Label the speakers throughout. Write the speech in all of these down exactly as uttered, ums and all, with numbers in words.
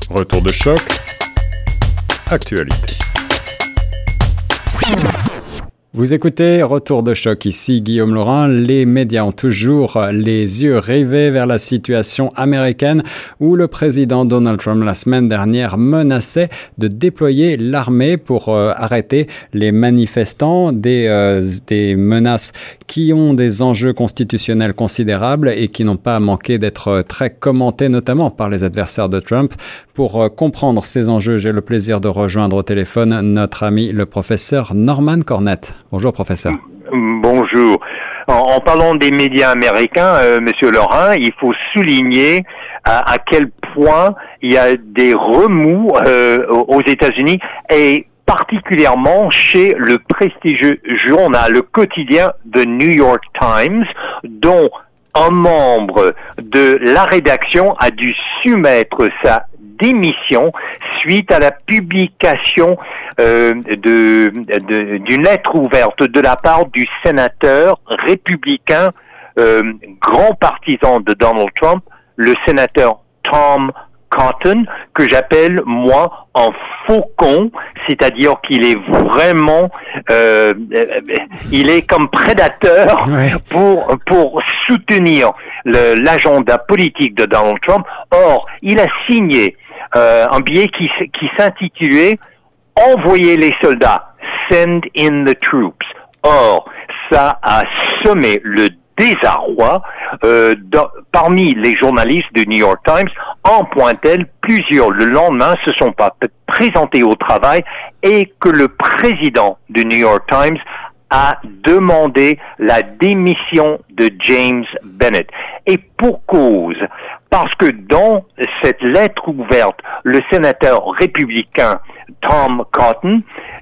Speaker 1: Retour de choc. Actualité. Vous écoutez Retour de choc, ici Guillaume Laurin. Les médias ont toujours les yeux rivés vers la situation américaine où le président Donald Trump la semaine dernière menaçait de déployer l'armée pour euh, arrêter les manifestants, des, euh, des menaces qui ont des enjeux constitutionnels considérables et qui n'ont pas manqué d'être très commentées, notamment par les adversaires de Trump. Pour euh, comprendre ces enjeux, j'ai le plaisir de rejoindre au téléphone notre ami le professeur Norman Cornett. Bonjour, professeur.
Speaker 2: Bonjour. En, en parlant des médias américains, euh, Monsieur Laurin, il faut souligner à, à quel point il y a des remous euh, aux États-Unis et particulièrement chez le prestigieux journal, le quotidien The New York Times, dont un membre de la rédaction a dû soumettre sa démission suite à la publication euh, de, de, d'une lettre ouverte de la part du sénateur républicain, euh, grand partisan de Donald Trump, le sénateur Tom Cotton, que j'appelle, moi, un faucon, c'est-à-dire qu'il est vraiment, euh, il est comme prédateur ouais. pour pour soutenir le, l'agenda politique de Donald Trump. Or, il a signé euh, un billet qui, qui s'intitulait « Envoyer les soldats, send in the troops ». Or, ça a semé le désarroi euh, dans, parmi les journalistes du New York Times, en point tel, plusieurs le lendemain se sont pas présentés au travail et que le président du New York Times a demandé la démission de James Bennet. Et pour cause, parce que dans cette lettre ouverte, le sénateur républicain Tom Cotton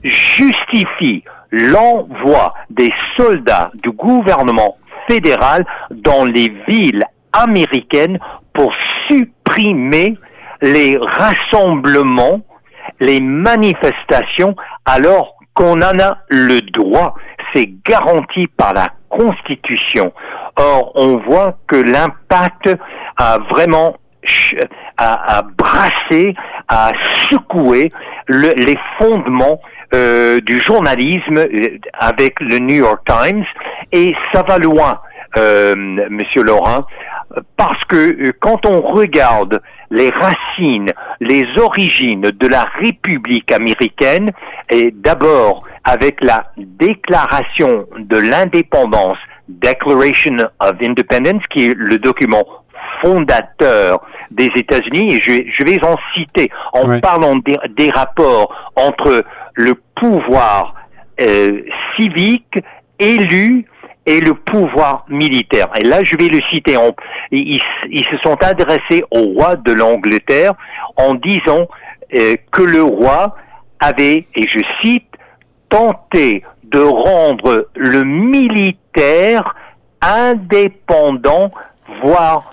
Speaker 2: justifie l'envoi des soldats du gouvernement fédéral dans les villes américaines pour supprimer les rassemblements, les manifestations, alors qu'on en a le droit. C'est garanti par la Constitution. Or, on voit que l'impact a vraiment a, a brassé, a secoué le, les fondements euh, du journalisme avec le New York Times, et ça va loin, euh, Monsieur Laurin, parce que euh, quand on regarde les racines, les origines de la République américaine, et d'abord avec la déclaration de l'indépendance, Declaration of Independence, qui est le document fondateur des États-Unis, et je, je vais en citer en ouais. parlant des, des rapports entre le pouvoir euh, civique élu et le pouvoir militaire. Et là, je vais le citer. En, ils, ils se sont adressés au roi de l'Angleterre en disant euh, que le roi avait, et je cite, tenté de rendre le militaire indépendant, voire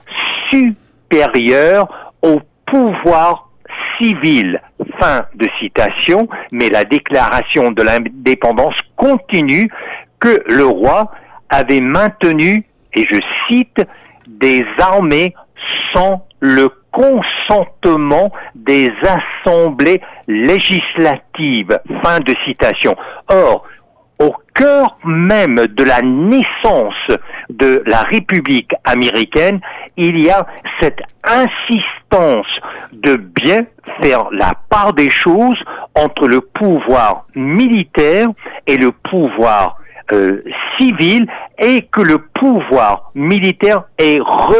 Speaker 2: supérieur au pouvoir civil. Fin de citation, mais la déclaration de l'indépendance continue que le roi avait maintenu, et je cite, des armées sans le consentement des assemblées législatives. Fin de citation. Or, au cœur même de la naissance de la République américaine, il y a cette insistance de bien faire la part des choses entre le pouvoir militaire et le pouvoir euh, civil, et que le pouvoir militaire est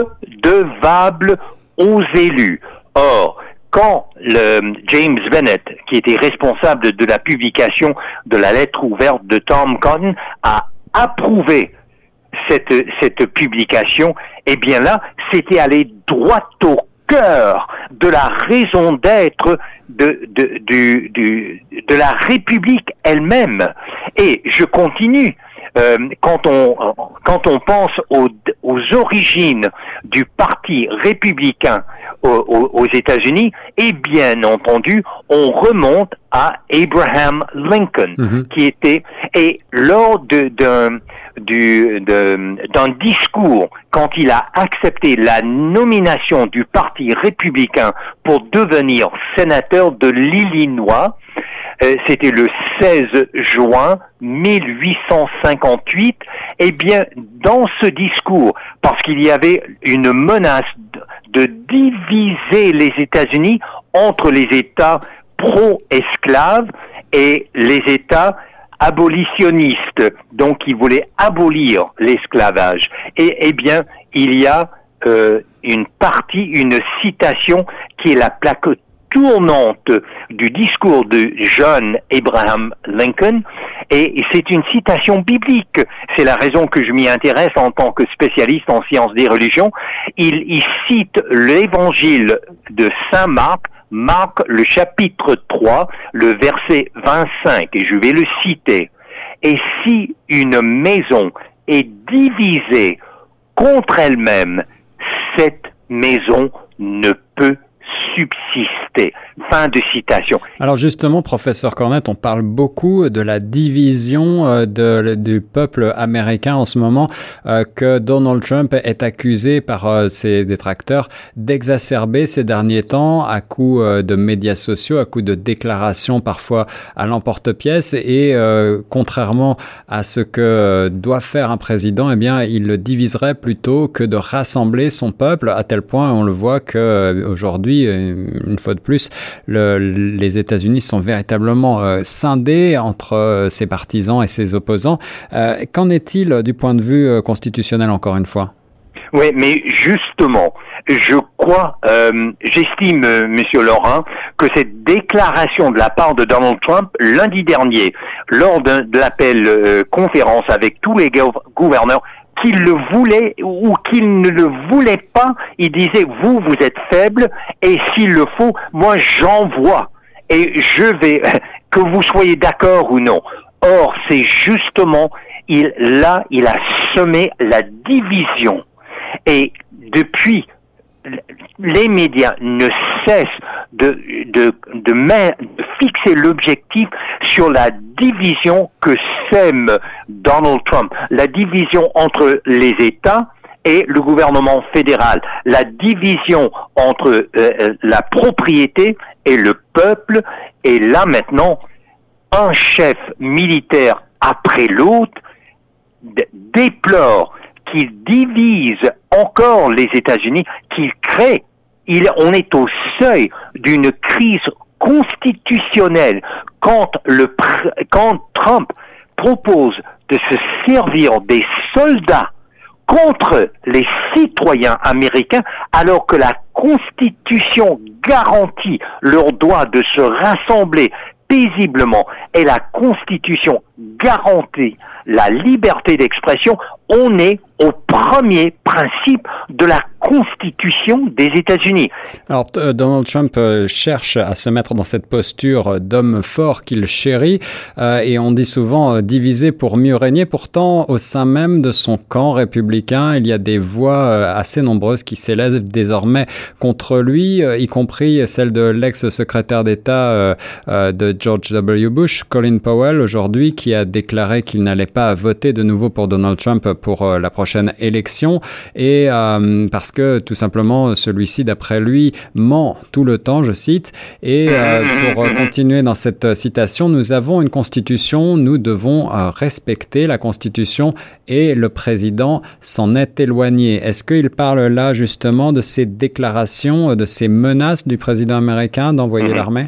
Speaker 2: redevable aux élus. Or, quand le James Bennet, qui était responsable de la publication de la lettre ouverte de Tom Cotton, a approuvé cette, cette publication, eh bien là, c'était aller droit au cœur de la raison d'être de, de, du, du, de la République elle-même. Et je continue. euh, quand on quand on pense aux, aux origines du Parti républicain aux, aux, aux États-Unis, et bien entendu, on remonte à Abraham Lincoln, mm-hmm. qui était et lors de d'un du de, d'un discours quand il a accepté la nomination du Parti républicain pour devenir sénateur de l'Illinois. Euh, c'était le seize juin mille huit cent cinquante-huit. Eh bien, dans ce discours, parce qu'il y avait une menace de, de diviser les États-Unis entre les États pro-esclaves et les États abolitionnistes, donc qui voulaient abolir l'esclavage. Et eh bien, il y a euh, une partie, une citation qui est la plaque tournante du discours de John Abraham Lincoln, et c'est une citation biblique. C'est la raison que je m'y intéresse en tant que spécialiste en sciences des religions. Il, il cite l'évangile de Saint Marc, Marc le chapitre trois, le verset vingt-cinq, et je vais le citer. Et si une maison est divisée contre elle-même, cette maison ne peut subsister. Fin de citation.
Speaker 1: Alors justement, professeur Cornette, on parle beaucoup de la division euh, de, du peuple américain en ce moment, euh, que Donald Trump est accusé par euh, ses détracteurs d'exacerber ces derniers temps à coup euh, de médias sociaux, à coup de déclarations parfois à l'emporte-pièce, et euh, contrairement à ce que euh, doit faire un président, eh bien, il le diviserait plutôt que de rassembler son peuple, à tel point, on le voit que euh, aujourd'hui, une fois de plus, le, les États-Unis sont véritablement euh, scindés entre euh, ses partisans et ses opposants. Euh, qu'en est-il du point de vue euh, constitutionnel, encore une fois?
Speaker 2: Oui, mais justement, je crois, euh, j'estime, euh, Monsieur Laurent, que cette déclaration de la part de Donald Trump lundi dernier, lors de, de l'appel euh, conférence avec tous les gouverneurs, qu'il le voulait ou qu'il ne le voulait pas, il disait, vous, vous êtes faible, et s'il le faut, moi, j'envoie, et je vais, que vous soyez d'accord ou non. Or, c'est justement, il, là, il a semé la division. Et depuis, les médias ne cessent de, de, de, mettre, de fixer l'objectif sur la division que sème Donald Trump, la division entre les États et le gouvernement fédéral, la division entre euh, la propriété et le peuple, et là maintenant, un chef militaire après l'autre d- déplore qu'il divise encore les États-Unis, qu'il crée, il, on est au seuil d'une crise constitutionnelle quand, le, quand Trump propose de se servir des soldats contre les citoyens américains, alors que la Constitution garantit leur droit de se rassembler paisiblement et la Constitution garantit la liberté d'expression, on est au premier principe de la Constitution des États-Unis.
Speaker 1: Alors, euh, Donald Trump euh, cherche à se mettre dans cette posture d'homme fort qu'il chérit, euh, et on dit souvent euh, diviser pour mieux régner. Pourtant, au sein même de son camp républicain, il y a des voix euh, assez nombreuses qui s'élèvent désormais contre lui, euh, y compris celle de l'ex-secrétaire d'État euh, euh, de George W. Bush, Colin Powell, aujourd'hui, qui a déclaré qu'il n'allait pas voter de nouveau pour Donald Trump pour euh, la prochaine élection, et euh, parce que tout simplement celui-ci, d'après lui, ment tout le temps, je cite. Et euh, pour continuer dans cette citation, nous avons une constitution, nous devons euh, respecter la constitution, et le président s'en est éloigné. Est-ce qu'il parle là justement de ces déclarations, de ces menaces du président américain d'envoyer l'armée?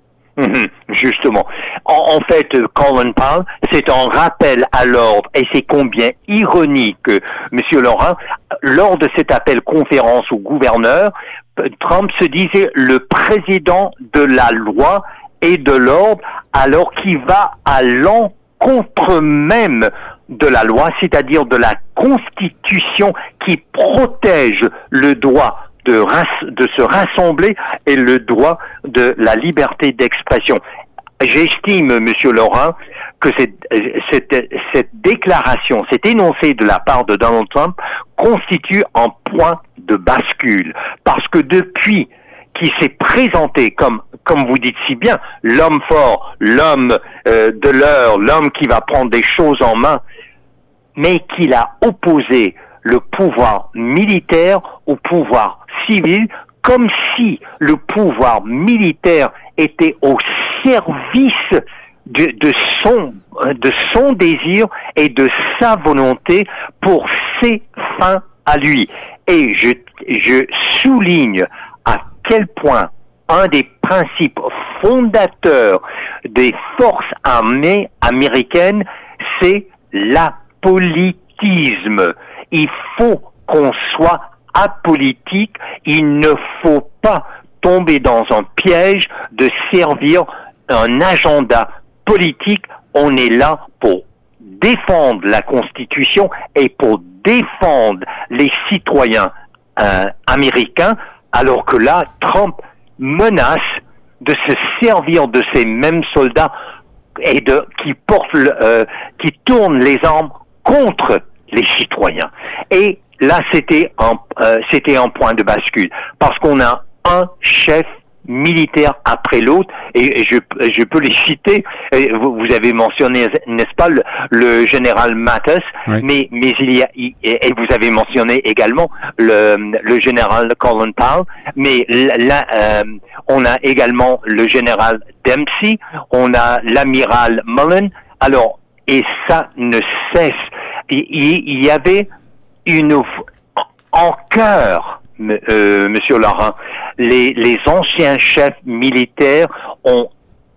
Speaker 2: Justement. En, en fait, Colin Powell, c'est un rappel à l'ordre, et c'est combien ironique, Monsieur Laurent, lors de cet appel conférence au gouverneur, Trump se disait le président de la loi et de l'ordre, alors qu'il va à l'encontre même de la loi, c'est-à-dire de la Constitution qui protège le droit De, rass- de se rassembler et le droit de la liberté d'expression. j'estime, Monsieur Laurent, que cette, cette, cette déclaration, cet énoncé de la part de Donald Trump constitue un point de bascule. Parce que depuis qu'il s'est présenté comme, comme vous dites si bien, l'homme fort, l'homme euh, de l'heure, l'homme qui va prendre des choses en main, mais qu'il a opposé le pouvoir militaire au pouvoir civil, comme si le pouvoir militaire était au service de, de son de son désir et de sa volonté pour ses fins à lui. Et je, je souligne à quel point un des principes fondateurs des forces armées américaines, c'est l'apolitisme. Il faut qu'on soit apolitique, il ne faut pas tomber dans un piège de servir un agenda politique. On est là pour défendre la Constitution et pour défendre les citoyens euh, américains, alors que là, Trump menace de se servir de ces mêmes soldats et de qui portent, euh, qui tournent les armes contre les citoyens. Et là, c'était un, euh, c'était un point de bascule, parce qu'on a un chef militaire après l'autre, et je, je peux les citer. Vous, vous avez mentionné, n'est-ce pas, le, le général Mattis, oui. mais, mais il y a, et vous avez mentionné également le, le général Colin Powell, mais là, euh, on a également le général Dempsey, on a l'amiral Mullen. Alors, et ça ne cesse. Il, il y avait une, en cœur, Euh, Monsieur Laurent, les, les anciens chefs militaires ont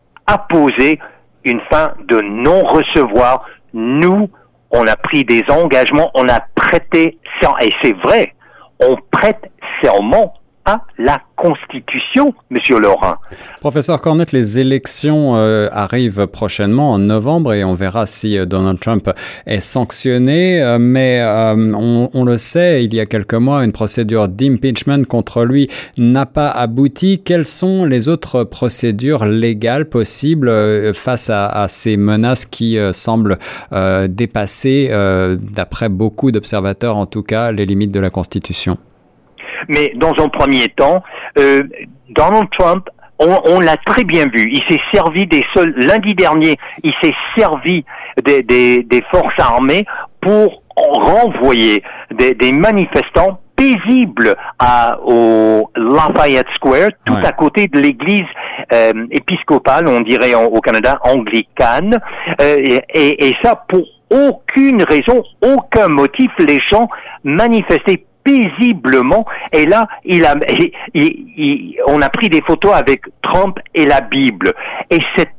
Speaker 2: apposé une fin de non-recevoir. Nous, on a pris des engagements, on a prêté serment, et c'est vrai, on prête serment à la Constitution, Monsieur Laurent.
Speaker 1: Professeur Cornette, les élections euh, arrivent prochainement en novembre et on verra si euh, Donald Trump est sanctionné. Euh, mais euh, on, on le sait, il y a quelques mois, une procédure d'impeachment contre lui n'a pas abouti. Quelles sont les autres procédures légales possibles euh, face à, à ces menaces qui euh, semblent euh, dépasser, euh, d'après beaucoup d'observateurs en tout cas, les limites de la Constitution?
Speaker 2: Mais dans un premier temps, euh, Donald Trump, on, on l'a très bien vu. Il s'est servi des seuls, lundi dernier, il s'est servi des, des, des forces armées pour renvoyer des, des manifestants paisibles à, au Lafayette Square, tout ouais. à côté de l'église euh, épiscopale, on dirait en, au Canada, anglicane, euh, et, et, et ça pour aucune raison, aucun motif. Les gens manifestaient paisiblement, et là, il a, il, il, on a pris des photos avec Trump et la Bible. Et cette,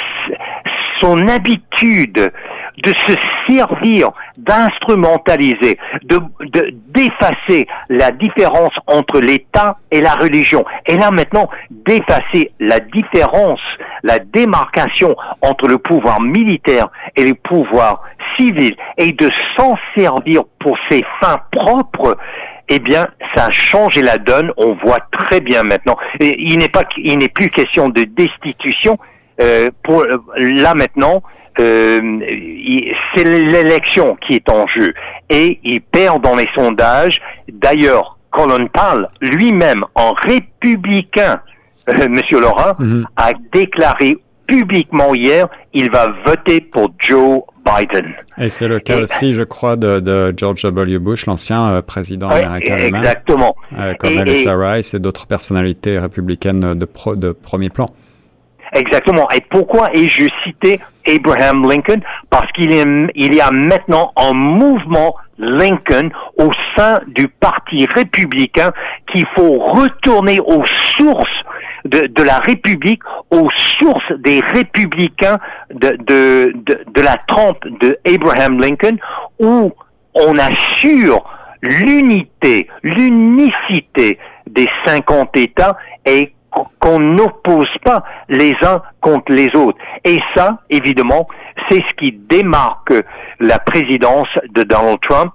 Speaker 2: son habitude de se servir, d'instrumentaliser, de, de, d'effacer la différence entre l'État et la religion. Et là, maintenant, d'effacer la différence, la démarcation entre le pouvoir militaire et le pouvoir civil, et de s'en servir pour ses fins propres, eh bien, ça a changé la donne. On voit très bien maintenant. Et il n'est pas, il n'est plus question de destitution. Euh, pour là maintenant, euh, il, c'est l'élection qui est en jeu, et il perd dans les sondages. D'ailleurs, Colin Powell lui-même, en républicain, euh, Monsieur Laurent, mm-hmm. a déclaré publiquement hier, il va voter pour Joe Biden.
Speaker 1: Et c'est le cas et, aussi, je crois, de, de George W. Bush, l'ancien euh, président
Speaker 2: ouais,
Speaker 1: américain.
Speaker 2: Exactement.
Speaker 1: Euh, comme et, Melissa et, Rice et d'autres personnalités républicaines de, pro, de premier plan.
Speaker 2: Exactement. Et pourquoi ai-je cité Abraham Lincoln? Parce qu'il y a, il y a maintenant un mouvement Lincoln au sein du Parti républicain qu'il faut retourner aux sources de, de la République, aux sources des républicains de, de, de, de la trempe de Abraham Lincoln, où on assure l'unité, l'unicité des cinquante États et qu'on n'oppose pas les uns contre les autres. Et ça, évidemment, c'est ce qui démarque la présidence de Donald Trump.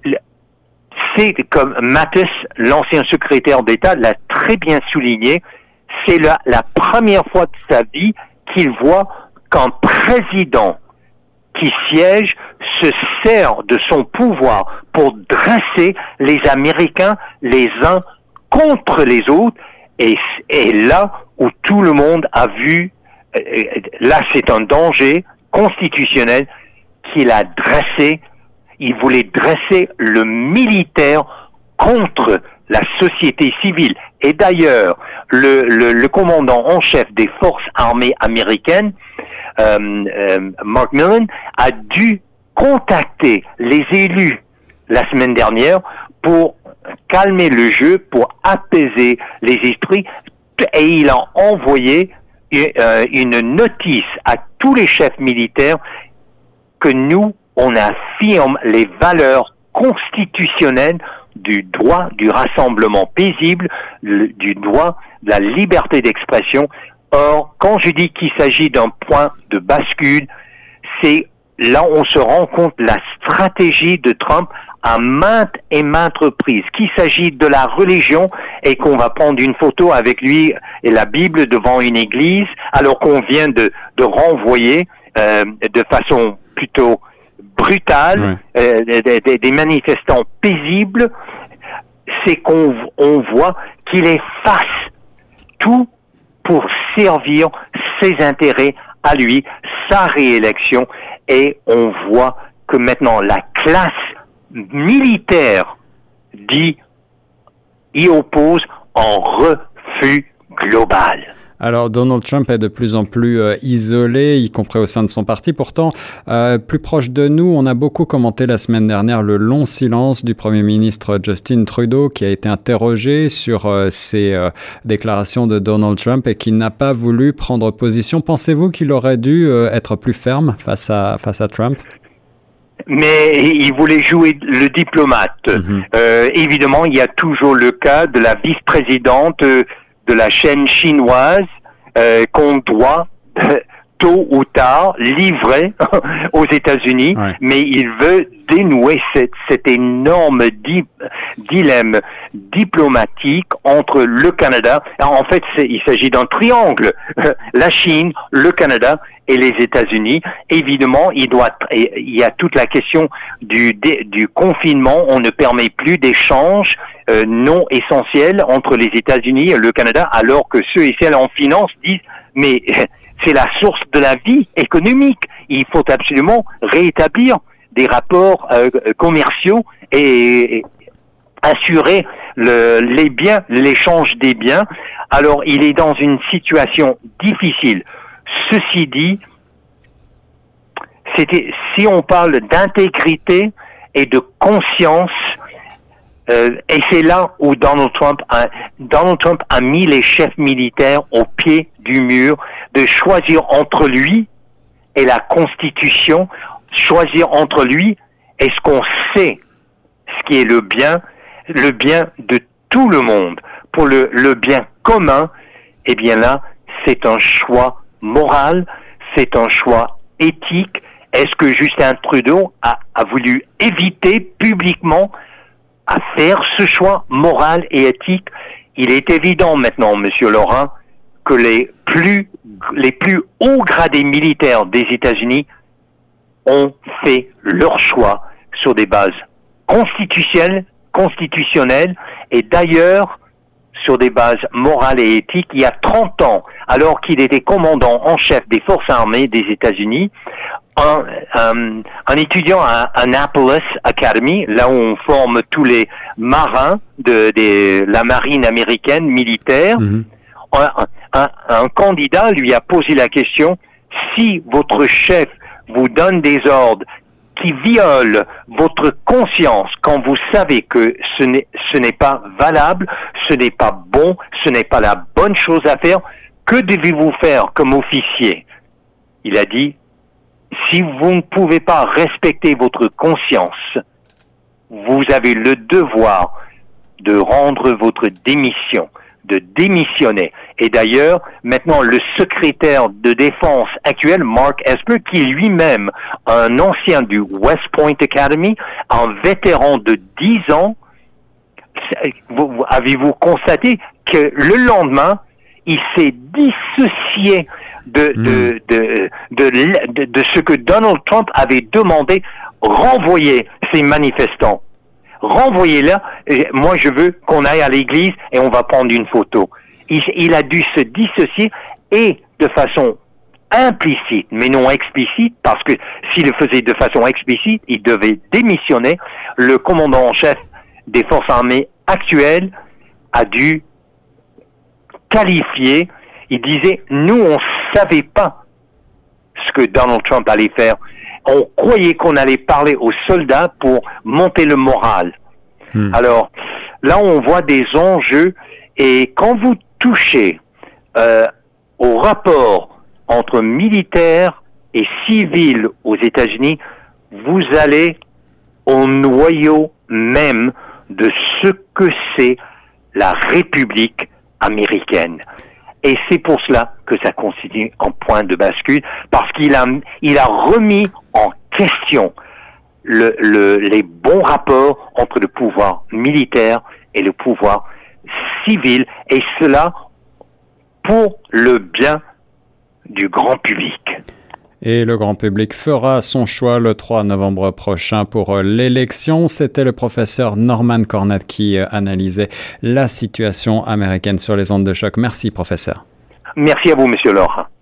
Speaker 2: C'est comme Mattis, l'ancien secrétaire d'État, l'a très bien souligné, c'est la, la première fois de sa vie qu'il voit qu'un président qui siège se sert de son pouvoir pour dresser les Américains les uns contre les autres. Et, et là où tout le monde a vu, là c'est un danger constitutionnel qu'il a dressé. Il voulait dresser le militaire contre la société civile. Et d'ailleurs, le, le, le commandant en chef des forces armées américaines, euh, euh, Mark Milley, a dû contacter les élus la semaine dernière pour calmer le jeu, pour apaiser les esprits, et il a envoyé euh, une notice à tous les chefs militaires que nous, on affirme les valeurs constitutionnelles du droit du rassemblement paisible, le, du droit de la liberté d'expression. Or, quand je dis qu'il s'agit d'un point de bascule, c'est là où on se rend compte de la stratégie de Trump à maintes et maintes reprises, qu'il s'agit de la religion et qu'on va prendre une photo avec lui et la Bible devant une église, alors qu'on vient de, de renvoyer euh, de façon plutôt brutale ouais. euh, des, des, des manifestants paisibles. C'est qu'on on voit qu'il efface tout pour servir ses intérêts à lui, sa réélection, et on voit que maintenant la classe militaire dit y oppose en refus global.
Speaker 1: Alors Donald Trump est de plus en plus euh, isolé, y compris au sein de son parti. Pourtant, euh, plus proche de nous, on a beaucoup commenté la semaine dernière le long silence du Premier ministre Justin Trudeau, qui a été interrogé sur euh, ces euh, déclarations de Donald Trump et qui n'a pas voulu prendre position. Pensez-vous qu'il aurait dû euh, être plus ferme face à, face à Trump?
Speaker 2: Mais il voulait jouer le diplomate. Mm-hmm. Euh, évidemment, il y a toujours le cas de la vice-présidente euh, de la chaîne chinoise euh, qu'on doit euh, tôt ou tard livrer aux États-Unis, ouais. Mais il veut dénouer cette, cet énorme di- dilemme diplomatique entre le Canada. En fait, c'est, il s'agit d'un triangle, la Chine, le Canada et les États-Unis. Évidemment, il doit, il y a toute la question du, du confinement. On ne permet plus d'échanges euh, non essentiels entre les États-Unis et le Canada, alors que ceux et celles en finance disent, mais c'est la source de la vie économique. Il faut absolument rétablir des rapports euh, commerciaux et, et assurer le, les biens, l'échange des biens. Alors, il est dans une situation difficile. Ceci dit, c'était, si on parle d'intégrité et de conscience, euh, et c'est là où Donald Trump a, Donald Trump a mis les chefs militaires au pied du mur, de choisir entre lui et la Constitution, choisir entre lui et ce qu'on sait, ce qui est le bien, le bien de tout le monde, pour le, le bien commun. Eh bien là, c'est un choix moral, c'est un choix éthique. Est-ce que Justin Trudeau a, a voulu éviter publiquement à faire ce choix moral et éthique? Il est évident maintenant, Monsieur Laurent, que les plus, les plus hauts gradés militaires des États-Unis ont fait leur choix sur des bases constitutionnelles, constitutionnelles et d'ailleurs sur des bases morales et éthiques. Il y a trente ans, alors qu'il était commandant en chef des forces armées des États-Unis, un, un, un étudiant à Annapolis Academy, là où on forme tous les marins de, de la marine américaine militaire, mm-hmm. un, un, un candidat lui a posé la question: si votre chef vous donne des ordres qui violent votre conscience quand vous savez que ce n'est, ce n'est pas valable, ce n'est pas bon, ce n'est pas la bonne chose à faire, que devez-vous faire comme officier? Il a dit: si vous ne pouvez pas respecter votre conscience, vous avez le devoir de rendre votre démission, de démissionner. Et d'ailleurs, maintenant, le secrétaire de défense actuel, Mark Esper, qui lui-même, un ancien du West Point Academy, un vétéran de dix ans, vous, avez-vous constaté que le lendemain, il s'est dissocié de, mmh. de, de, de, de, de ce que Donald Trump avait demandé, renvoyer ces manifestants. Renvoyez-les. Moi, je veux qu'on aille à l'église et on va prendre une photo. Il, il a dû se dissocier et de façon implicite, mais non explicite, parce que s'il le faisait de façon explicite, il devait démissionner. Le commandant en chef des forces armées actuelles a dû qualifier. Il disait, nous, on savait pas ce que Donald Trump allait faire. On croyait qu'on allait parler aux soldats pour monter le moral. Hmm. Alors, là, on voit des enjeux, et quand vous touchez euh, au rapport entre militaires et civils aux États-Unis, vous allez au noyau même de ce que c'est la République américaine. Et c'est pour cela que ça constitue un point de bascule, parce qu'il a, il a remis en question le, le, les bons rapports entre le pouvoir militaire et le pouvoir civil, et cela pour le bien du grand public.
Speaker 1: Et le grand public fera son choix le trois novembre prochain pour l'élection. C'était le professeur Norman Cornett qui analysait la situation américaine sur les ondes de choc. Merci, professeur.
Speaker 2: Merci à vous, monsieur Laure.